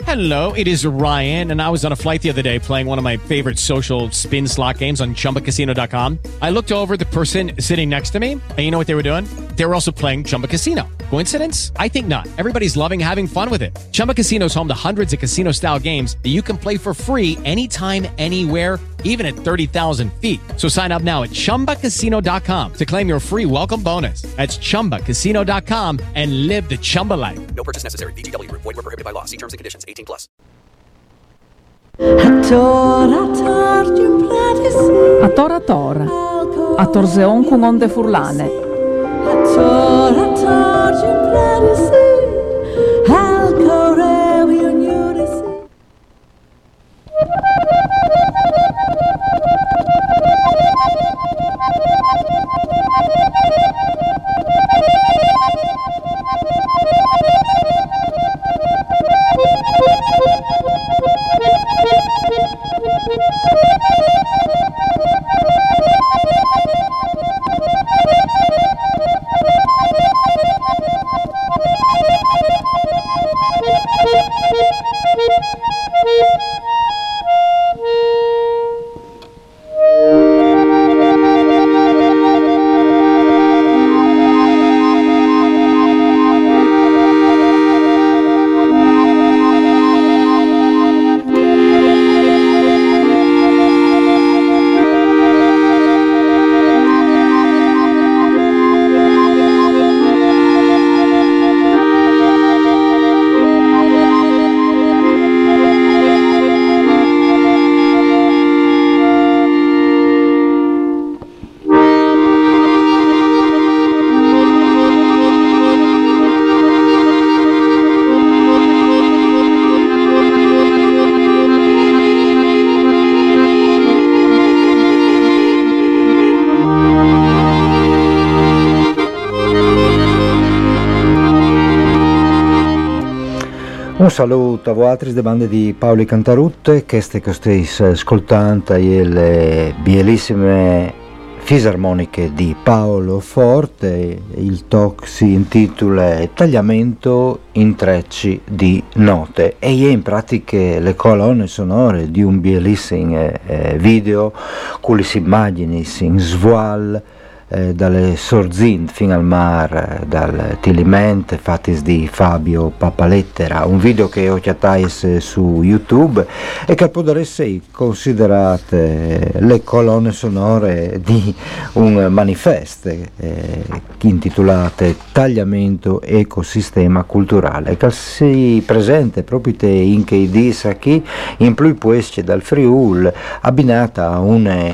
Hello, it is Ryan, and I was on a flight the other day playing one of my favorite social spin slot games on ChumbaCasino.com. I looked over at the person sitting next to me, and you know what they were doing? They were also playing Chumba Casino. Coincidence? I think not. Everybody's loving having fun with it. Chumba Casino is home to hundreds of casino-style games that you can play for free anytime, anywhere, even at 30,000 feet. So sign up now at ChumbaCasino.com to claim your free welcome bonus. That's ChumbaCasino.com and live the Chumba life. No purchase necessary. VGW. Void where prohibited by law. See terms and conditions. 18+. A tora tora, a torseon con onde furlane. Un saluto a voi altri de bande di Paoli Cantarutte, che state ascoltando le bellissime fisarmoniche di Paolo Forte. Il talk si intitola Tagliamento intrecci di note e è in pratica le colonne sonore di un bellissimo video con le immagini in svual dalle Sorzint fino al mar, dal Tiliment fatti di Fabio Papalettera, un video che ho chiattato su YouTube e che può essere considerate le colonne sonore di un manifesto intitolato Tagliamento ecosistema culturale, che si presenta proprio in che disa qui in più puesce dal Friul abbinata a un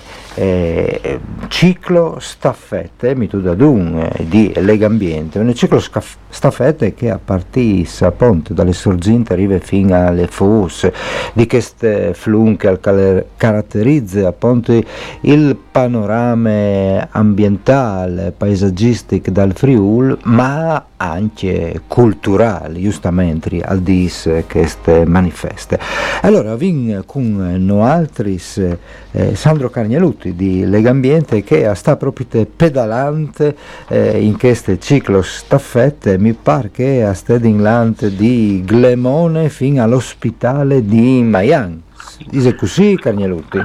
ciclo staffette di Legambiente, un ciclo staffette che a partire appunto dalle Sorginte arriva fino alle fosse di queste flun che caratterizza appunto il panorama ambientale paesaggistico dal Friul, ma anche culturali, giustamente al dis queste manifeste. Allora vin con noi altri Sandro Carnielutti di Legambiente che sta proprio pedalante in questo ciclo staffette, mi pare che a Stedinland di Glemone fino all'ospitale di Maian. Dice così Carnielutti?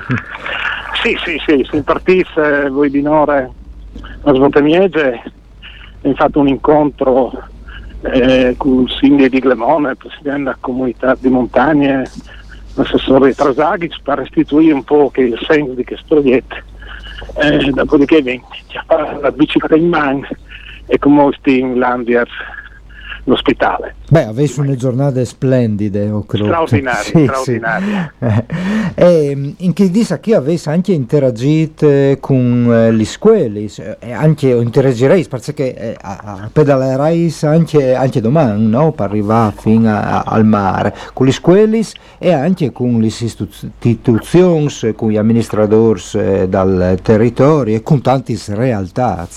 Sì, si partisse voi di Nore a Svontemiege, infatti un incontro con il sindaco di Glemone, il presidente della comunità di montagne, l'assessore Trasagic, per restituire un po' che il senso di questo progetto. Dopodiché ci fa la bicicletta in mano e come in Landier l'ospitale. Beh, avessi une giornate splendide, ho credo. Straordinarie. Sì. E in che disa che avessi anche interagito con gli scuoli, e anche interagirei, perché pedalerai anche domani, no? Per arrivare fino al mare, con gli scuoli e anche con le istituzioni, con gli amministratori dal territorio e con tante realtà.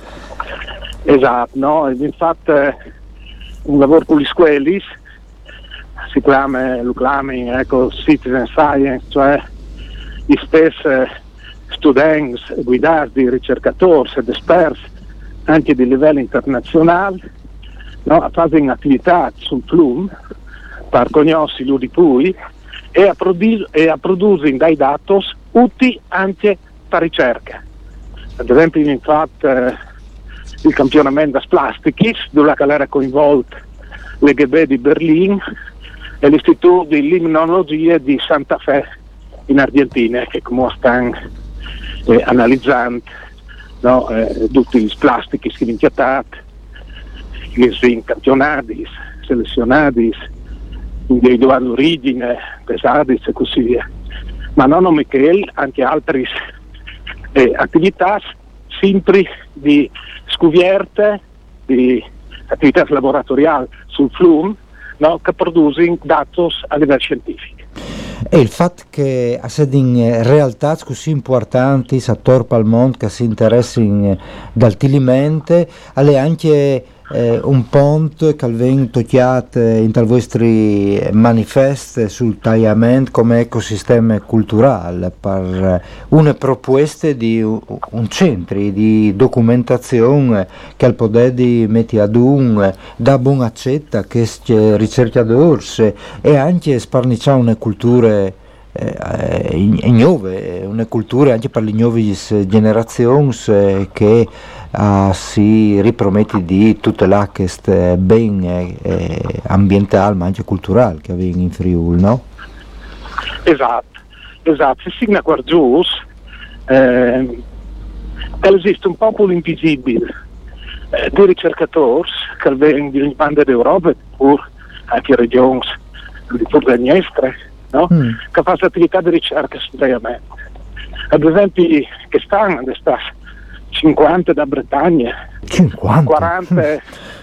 Esatto, no? Infatti un lavoro con gli scuoli si chiama citizen science, cioè gli stessi studenti, guidati, ricercatori ed esperti anche di livello internazionale, no? A fare un'attività sul flum per conoscere lui di più e a produrre dai dati utili anche per ricerca. Ad esempio, infatti, il campionamento das plastiche, dove era coinvolto l'EGB di Berlino e l'Istituto di Limnologia di Santa Fe in Argentina, che come stanno analizzando tutti i plastici che vengono trattati, che sono campionati, selezionati, individuali origine, pesati e così via. Ma non Michele, anche altre attività sempre di scovierte, di attività laboratoriali sul FLUM, che producono dati a livello scientifico. E il fatto che in realtà così importanti attorno al mondo che si interessano dall'alimente è anche un ponte che viene toccato in tal vostri manifesti sul tagliamento come ecosistema culturale per una proposta di un centro di documentazione che al potere di metti ad da buona accetta che ricercatori e anche sparniciare una cultura nuove, una cultura anche per le nuove generazioni che si ripromette di tutelare questo bene ambientale ma anche culturale che avviene in Friuli, no? Esatto, se si guarda esiste un popolo invisibile di ricercatori che vengono di ogni banda d'Europa oppure anche regioni di Purdanestre, no? Che fanno attività di ricerca sul tagliamento. Ad esempio, che stanno 50 da Bretagna, 40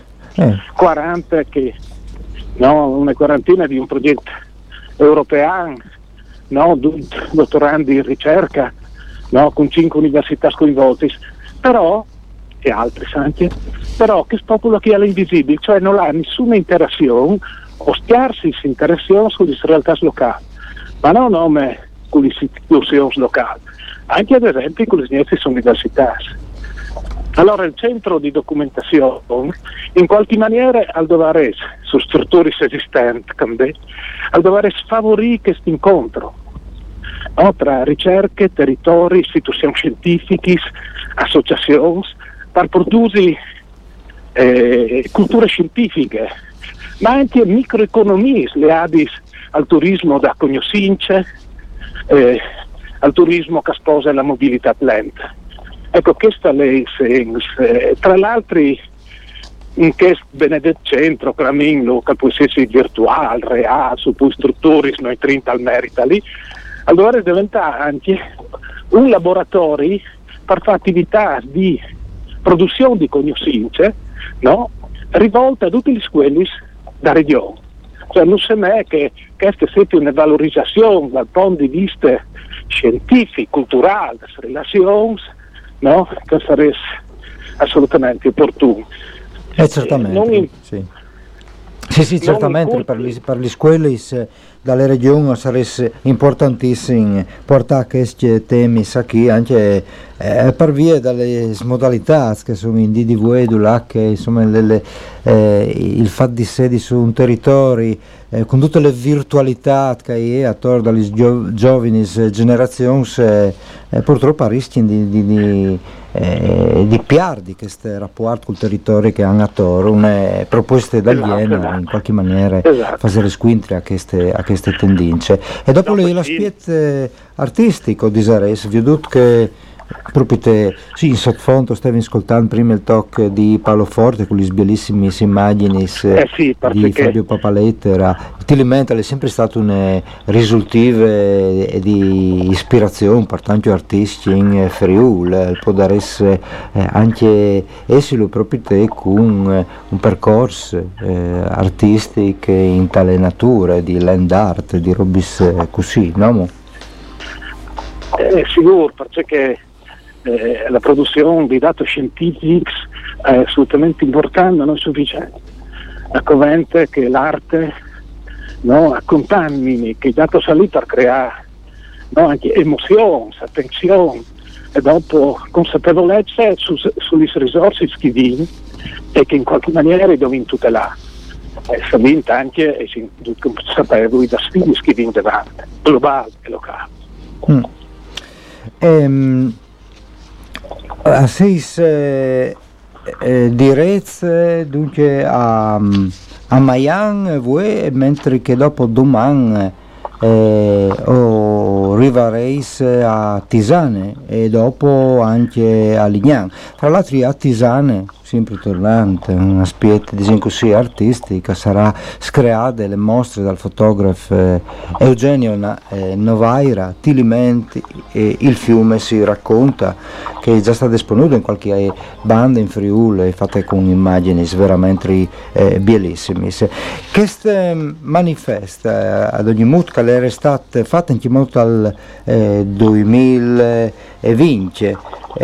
che una quarantina di un progetto europeo, dottorandi in ricerca, con 5 università coinvolte, però e altri anche, però che popolo che è l'invisibile, cioè non ha nessuna interazione o scarsi interazione con le realtà locali, ma non con le istituzioni locali, anche ad esempio con le nostre università. Allora il centro di documentazione in qualche maniera al dovere su strutture esistenti, al dovere favorire questo incontro tra ricerche, territori, istituzioni scientifiche, associazioni, per produrre culture scientifiche, ma anche microeconomie legate al turismo da conoscenze, al turismo che sposa la mobilità lenta. Ecco, questa lei, tra l'altro, in questo benedetto centro, che può essere virtuale, reale, su cui strutture noi 30 al merito lì, allora diventa anche un laboratorio per fare attività di produzione di conoscenze, rivolta a tutti gli quelli da regione. Cioè non si è che questa sia una valorizzazione dal punto di vista scientifico, culturale, delle relazioni, che sarebbe assolutamente opportuno. Certamente, sì, certamente per le scuole dalle regioni sarebbe importantissimo portare questi temi qui anche per via delle modalità che sono in DDV là, che insomma il fatto di sedi su un territorio con tutte le virtualità che è attorno alle giovani generazioni purtroppo rischiano di perdere questo rapporto col territorio che hanno attorno, una proposta italiana in qualche maniera fare squintri a queste tendenze. E dopo l'aspetto artistico di Sares, vi ho detto che proprio in sottofondo stavi ascoltando prima il talk di Paolo Forte con le bellissime immagini di Fabio Papalettera. Utilmente è sempre stato un risultivo di ispirazione per tanti artisti in Friuli, può dare anche esilo proprio te con un percorso artistico in tale natura di land art, di robis così, no? Sicuro, perché la produzione di dati scientifici è assolutamente importante, non è sufficiente. A covente che l'arte accompagni, che i dati salì per creare anche emozioni, attenzione e dopo consapevolezza sulle risorse che viene e che in qualche maniera devono tutelare. si vinta anche, e si sapevoli da sfide che vince davanti, globale e locale. A sei direzze dunque a Mayan voi, mentre che dopo domani rivareis a Tisane e dopo anche a Lignan. Tra l'altro a Tisane, sempre tornante, un aspetto diciamo così artistica, sarà screate le mostre dal fotografo Eugenio Novaira, Tilimenti, e il fiume si racconta, che è già stato esponuto in qualche banda in Friuli, fatte con immagini veramente bellissime. Questo manifesto ad ogni modo che era stato fatto in modo al 2020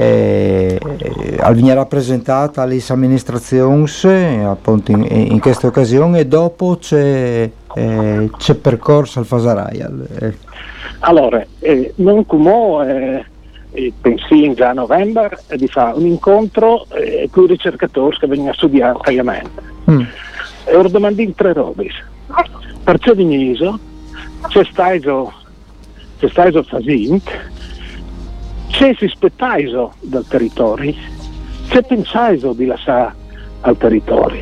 viene rappresentata alle amministrazioni appunto in questa occasione, e dopo c'è percorso al Fasaraia. Allora, non come pensi già a novembre di fare un incontro con i ricercatori che vengono a studiare tagliamento. E ora domandi tre robe. Perciò di Niso c'è stato Fasint, c'è si spettaiso dal territorio, c'è pensaiso di lasciare al territorio.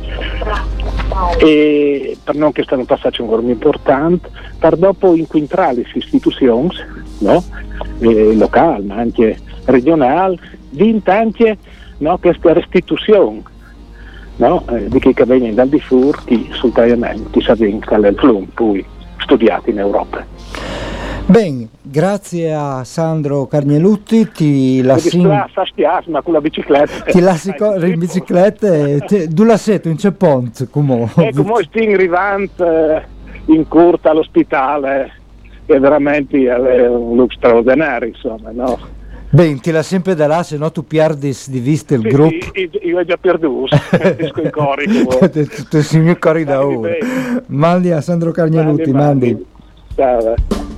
E per non che sta un passaggio ancora importante, per dopo incontrare le istituzioni, no? Locali ma anche regionali, vinta anche, no, questa restituzione, no? Di chi che vengono dal di furti sul tagliamento, chi sa vincere il flum poi studiati in Europa. Ben, grazie a Sandro Carnielutti, ti lascio ma con la bicicletta. Ti lascio in bicicletta e tu la sento in c'è ponte come sting rivant in curta all'ospitale, è veramente un look straordinario, insomma, no? Ben, ti la sempre da là, se no tu perdi di vista il gruppo. Sì, io ho già perduto, il corico. Tutto il signor cori da ora. Mandi a Sandro Carnielutti, mandi. Ciao.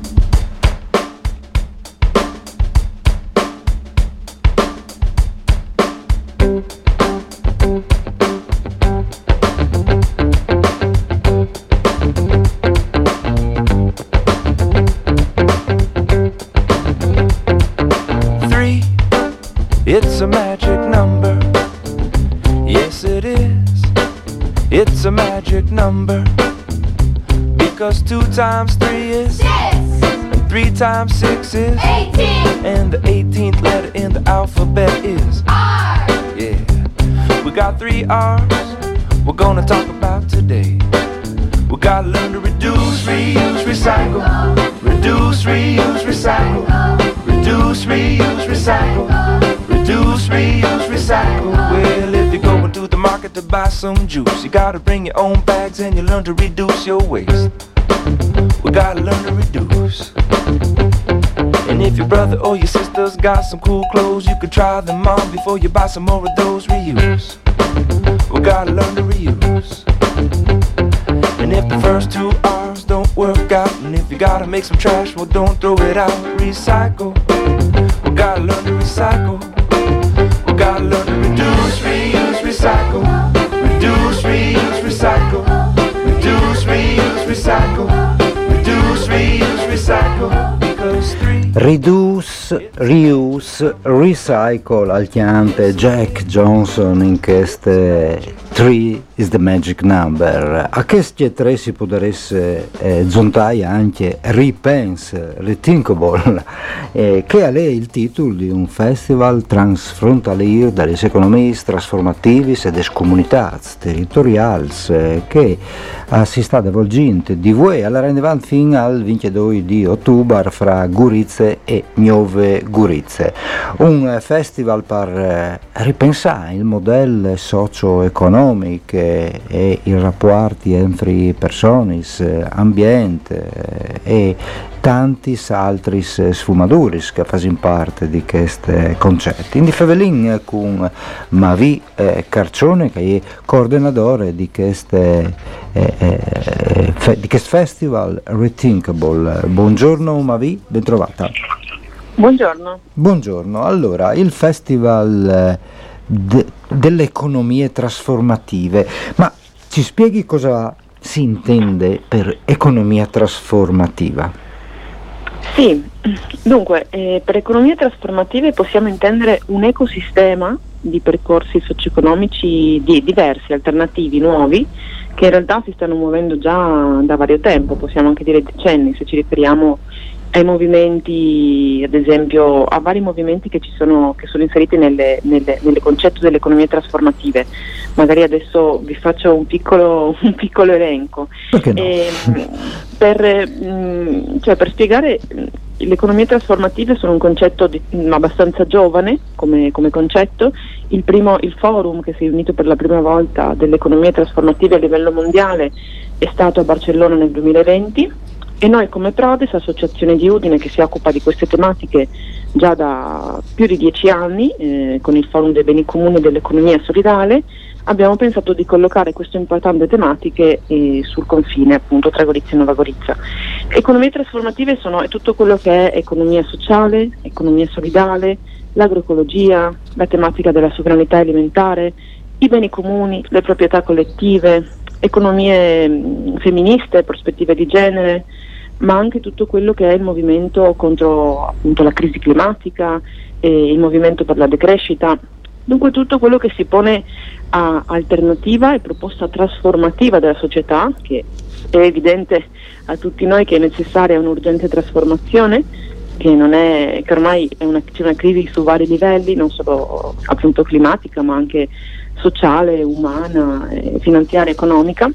It's a magic number. Yes, it is. It's a magic number. Because 2 times 3 is 6. And 3 times 6 is 18. And the 18th letter in the alphabet is R. Yeah. We got 3 R's we're gonna talk about today. We gotta learn to reduce, reuse, recycle. Reduce, reuse, recycle. Reduce, reuse, recycle. Reduce, reuse, recycle. Well, if you're going to the market to buy some juice, you gotta bring your own bags and you learn to reduce your waste. We gotta learn to reduce. And if your brother or your sister's got some cool clothes, you could try them on before you buy some more of those. Reuse. We gotta learn to reuse. And if the first 2 R's don't work out, and if you gotta make some trash, well, don't throw it out. Recycle. We gotta learn to recycle. We gotta learn to reduce, reuse, recycle. Reduce, reuse, recycle. Reduce, reuse, recycle. Reduce, reuse, recycle. Because 3 Reduce, reuse, recycle al chiante Jack Johnson in queste 3 is the magic number. A queste 3 si può zontare anche Repense, Rethinkable, che è il titolo di un festival transfrontalier dalle economie trasformativi e delle comunità territoriali che si sta svolgendo di voi alla rendevant fino al 22 di ottobre fra Gurizze e Nuove Gurizze. Un festival per ripensare il modello socio-economico e i rapporti entre persone, ambiente e tanti altri sfumatori che fanno parte di questi concetti. In Fevelin con Mavi Carcione, che è coordinatore di questo festival Rethinkable. Buongiorno Mavi, ben trovata. Buongiorno. Buongiorno. Allora, il festival delle economie trasformative, ma Ci spieghi cosa si intende per economia trasformativa? Sì, dunque, per economie trasformative possiamo intendere un ecosistema di percorsi socio-economici diversi, alternativi, nuovi, che in realtà si stanno muovendo già da vario tempo, possiamo anche dire decenni, se ci riferiamo ai movimenti, ad esempio a vari movimenti che sono inseriti nelle concetto delle economie trasformative. Magari adesso vi faccio un piccolo elenco. Perché no? Per spiegare, le economie trasformative sono un concetto abbastanza giovane come concetto. Il forum che si è unito per la prima volta delle economie trasformative a livello mondiale è stato a Barcellona nel 2020. E noi come Prodes, associazione di Udine che si occupa di queste tematiche già da più di 10 anni, con il Forum dei Beni Comuni e dell'Economia Solidale, abbiamo pensato di collocare queste importanti tematiche sul confine appunto tra Gorizia e Nova Gorizia. Economie trasformative è tutto quello che è economia sociale, economia solidale, l'agroecologia, la tematica della sovranità alimentare, i beni comuni, le proprietà collettive, economie femministe, prospettive di genere, ma anche tutto quello che è il movimento contro appunto la crisi climatica, il movimento per la decrescita, dunque tutto quello che si pone a alternativa e proposta trasformativa della società, che è evidente a tutti noi che è necessaria un'urgente trasformazione, che ormai c'è una crisi su vari livelli, non solo appunto climatica, ma anche sociale, umana, finanziaria, economica,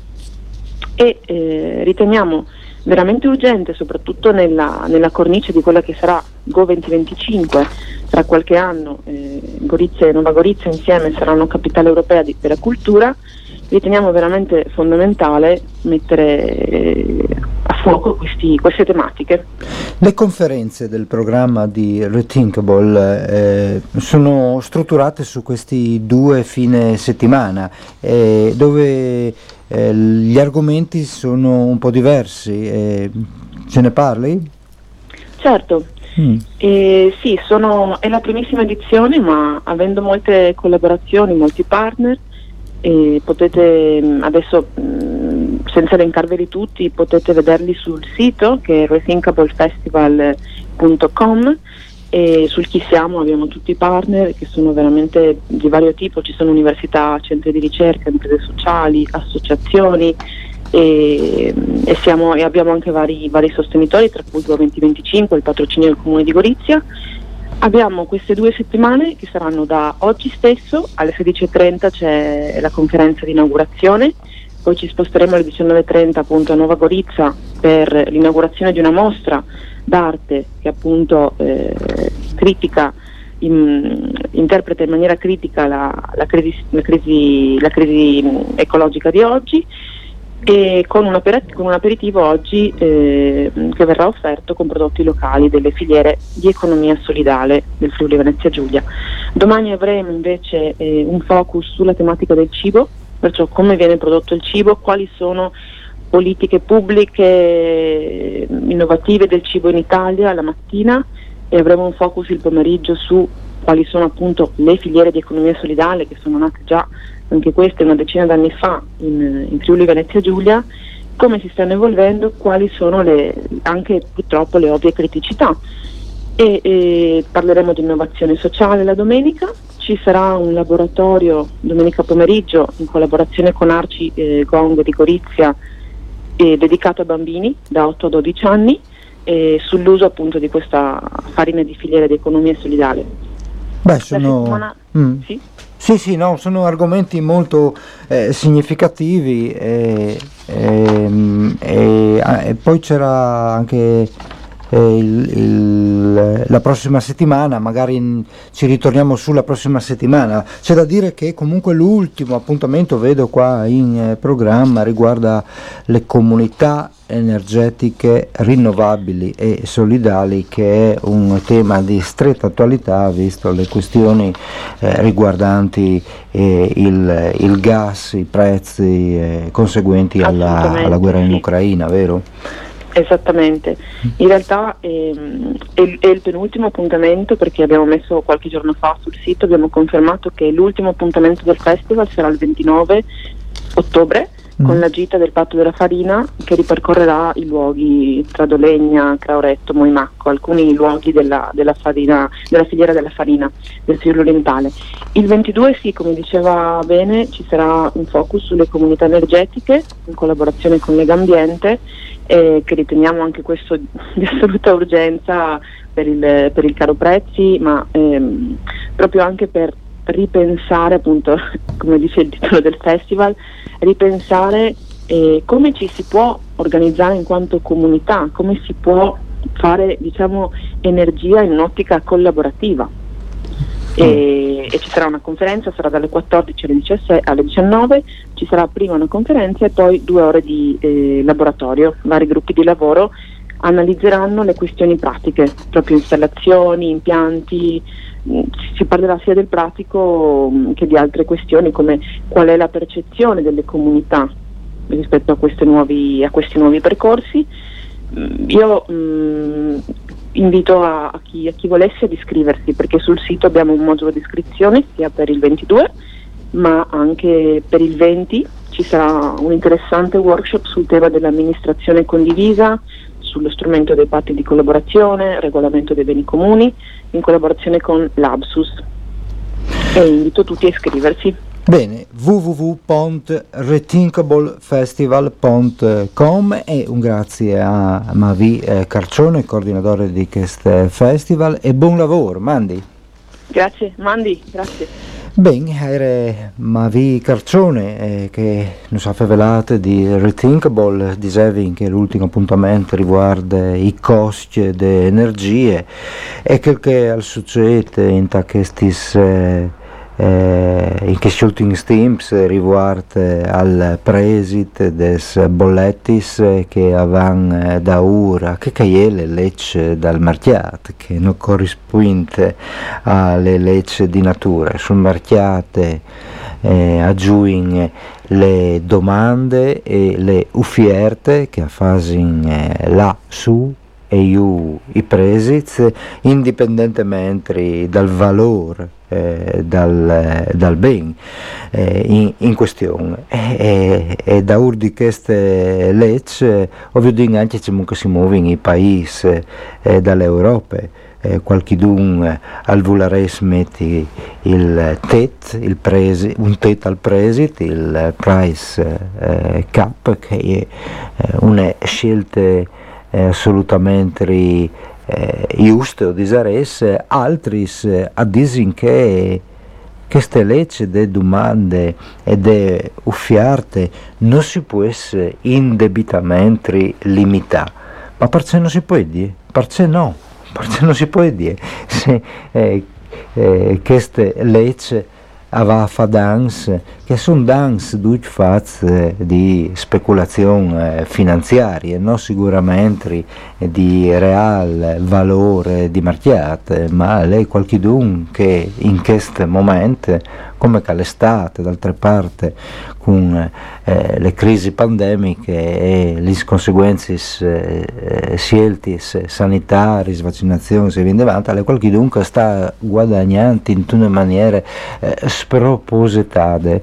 e riteniamo veramente urgente, soprattutto nella cornice di quella che sarà Go 2025, tra qualche anno Gorizia e Nova Gorizia insieme saranno capitale europea della cultura. Riteniamo veramente fondamentale mettere a fuoco queste tematiche. Le conferenze del programma di Rethinkable sono strutturate su questi 2 fine settimana, dove gli argomenti sono un po' diversi. Ce ne parli? Certo. Sì, è la primissima edizione, ma avendo molte collaborazioni, molti partner, potete adesso, senza elencarveli tutti, potete vederli sul sito che è rethinkablefestival.com, e sul chi siamo abbiamo tutti i partner che sono veramente di vario tipo, ci sono università, centri di ricerca, imprese sociali, associazioni, e abbiamo anche vari sostenitori, tra cui Go 2025, il patrocinio del Comune di Gorizia. Abbiamo queste 2 settimane che saranno da oggi stesso alle 16:30 c'è la conferenza di inaugurazione, poi ci sposteremo alle 19:30 appunto a Nova Gorizia per l'inaugurazione di una mostra d'arte che appunto interpreta in maniera critica la crisi ecologica di oggi, e con un aperitivo oggi che verrà offerto con prodotti locali delle filiere di economia solidale del Friuli Venezia Giulia. Domani avremo invece un focus sulla tematica del cibo, perciò come viene prodotto il cibo, quali sono politiche pubbliche innovative del cibo in Italia la mattina, e avremo un focus il pomeriggio su quali sono appunto le filiere di economia solidale che sono nate già anche queste una decina d'anni fa in Friuli Venezia Giulia, come si stanno evolvendo, quali sono anche purtroppo le ovvie criticità, e parleremo di innovazione sociale la domenica. Ci sarà un laboratorio domenica pomeriggio in collaborazione con Arci Gong di Gorizia, dedicato a bambini da 8 a 12 anni, sull'uso appunto di questa farina di filiera di economia solidale. Sono argomenti molto significativi, e poi c'era anche la prossima settimana, magari ci ritorniamo sulla prossima settimana. C'è da dire che comunque l'ultimo appuntamento, vedo qua in programma, riguarda le comunità energetiche rinnovabili e solidali, che è un tema di stretta attualità visto le questioni riguardanti il gas, i prezzi conseguenti alla guerra in Ucraina, vero? Esattamente, in realtà è il penultimo appuntamento, perché abbiamo messo qualche giorno fa sul sito, abbiamo confermato che l'ultimo appuntamento del festival sarà il 29 ottobre, con la gita del Patto della Farina, che ripercorrerà i luoghi Tradolegna, Crauretto, Moimacco, alcuni luoghi della farina, della filiera della farina del Friuli Orientale. Il 22 sì, come diceva bene, ci sarà un focus sulle comunità energetiche in collaborazione con Legambiente, che riteniamo anche questo di assoluta urgenza per il caro prezzi, ma proprio anche per ripensare, appunto, come dice il titolo del festival, ripensare come ci si può organizzare in quanto comunità, come si può fare, diciamo, energia in un'ottica collaborativa. E ci sarà una conferenza, sarà dalle 14 alle 19, ci sarà prima una conferenza e poi 2 ore di laboratorio. Vari gruppi di lavoro analizzeranno le questioni pratiche, proprio installazioni, impianti. Si parlerà sia del pratico che di altre questioni, come qual è la percezione delle comunità rispetto a questi nuovi percorsi. Io invito a chi volesse ad iscriversi, perché sul sito abbiamo un modulo di iscrizione sia per il 22 ma anche per il 20. Ci sarà un interessante workshop sul tema dell'amministrazione condivisa, sullo strumento dei patti di collaborazione, regolamento dei beni comuni, in collaborazione con l'Absus, e invito tutti a iscriversi. Bene, www.rethinkable.festival.com, e un grazie a Mavi Carcione, coordinatore di questo festival, e buon lavoro, Mandi. Grazie, Mandi, grazie. Bene, era Mavi Carcione che non sa velate di Rethinkable, dicevi che l'ultimo appuntamento riguarda i costi delle energie e quel che al succede in questi ultimi tempi riguarda al preside des bollettis che avevano da ora che è le leggi dal mercato, che non corrisponde alle leggi di natura. Sul mercato aggiungono le domande e le offerte che fanno là su e i presidi, indipendentemente dal valore dal bene in questione, e da ur di queste leggi ovviamente anche comunque si muovono i paesi dall'Europa. Qualchidun al vulares metti un tet al preside, il price cap, che è una scelta assolutamente giuste o disaresse. Altri dicono che queste leggi de domande e de offerte non si può essere indebitamente limitare. Ma perché non si può dire? Perché no? Perché non si può dire? Se queste leggi aveva fa dans, che sono dans di speculazione finanziaria, non sicuramente di real valore di mercato, ma lei qualchidun che in questo momento, come che l'estate, d'altra parte, con le crisi pandemiche e le conseguenze scelte sanitarie, vaccinazioni e via davanti, le qualchidun che sta guadagnando in una maniera spropositate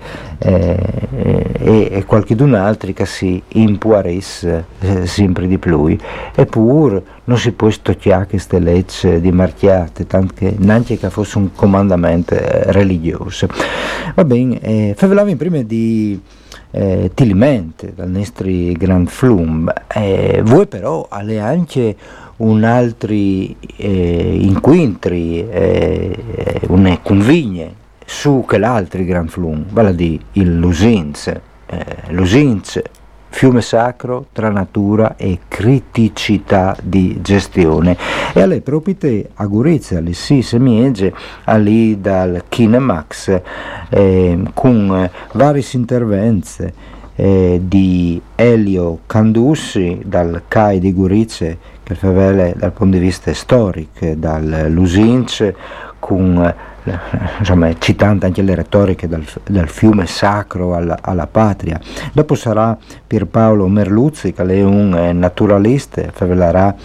e qualchidun altro che si impuarisse sempre di più, eppure non si può stoccare queste leggi di mercato, tanto che neanche che fosse un comandamento religioso. Va bene, favelavi prima di Tilimente dal nostro Grand Flum, voi però alle anche un altri incontri, una convigne su che l'altro Grand Flum, vale a dire il Lusince, fiume sacro tra natura e criticità di gestione, e alle proprietà a Gorizia, alle si semiege lì dal Kinemax, con vari interventi di Elio Candussi dal CAI di Gorizia, che favela dal punto di vista storico, dal Lusince, con insomma, citando anche le retoriche dal fiume sacro alla patria. Dopo sarà Pierpaolo Merluzzi, che è un naturalista, parlerà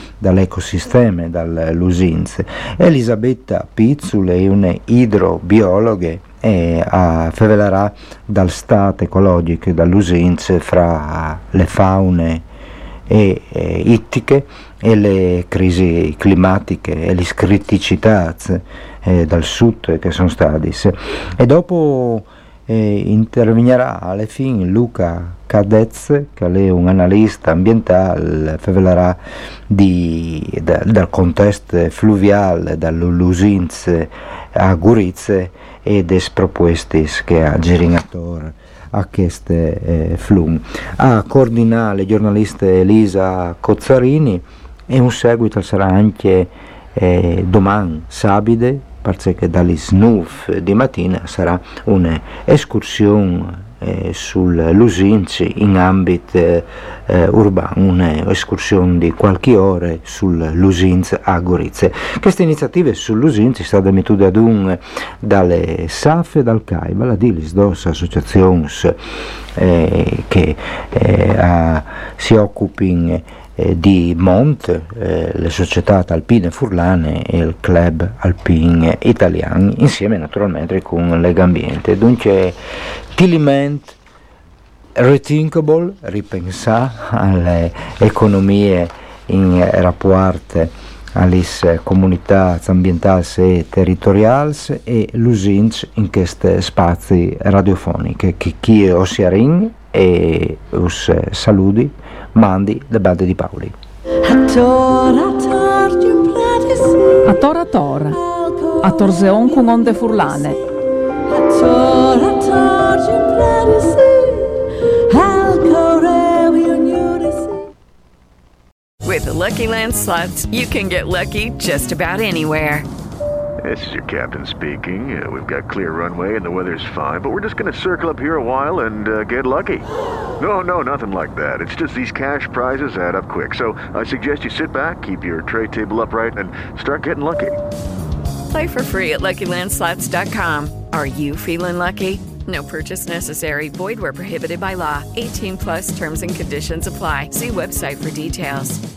dall'ecosistema, dal Lusinze. Elisabetta Pizzul è una idrobiologa e fevelerà dal stato ecologico, dall'usinze fra le faune e ittiche e le crisi climatiche e le criticità dal sud che sono stati. E dopo interverrà alla fine Luca Cadez, che è un analista ambientale, parlerà dal contesto fluviale, dall'usinze a Gurizze e delle proposte che ha girato a queste flum. A coordinare il giornalista Elisa Cozzarini e un seguito sarà anche domani sabato, perché dalle 9 di mattina sarà un'escursione sull'usinze in ambito urbano, un'escursione di qualche ora sull'usinze a Gorizia. Queste iniziative sull'usinze sono state messe ad un dalle SAF e dal CAI, la dilis dos associazioni che si occupano di Mont, le società alpine furlane e il club alpine italiano, insieme naturalmente con Legambiente. Dunque Tiliment rethinkable, ripensare alle economie in rapporto alle comunità ambientali e territoriali e l'usinze in questi spazi radiofonici che chi osiarin e us saluti mandi da bande di Paoli. A tora tora, a torzeon con onde furlane. With the Lucky Land Slots, you can get lucky just about anywhere. This is your captain speaking. We've got clear runway and the weather's fine, but we're just going to circle up here a while and get lucky. No, nothing like that. It's just these cash prizes add up quick. So I suggest you sit back, keep your tray table upright, and start getting lucky. Play for free at LuckyLandSlots.com. Are you feeling lucky? No purchase necessary. Void where prohibited by law. 18+ terms and conditions apply. See website for details.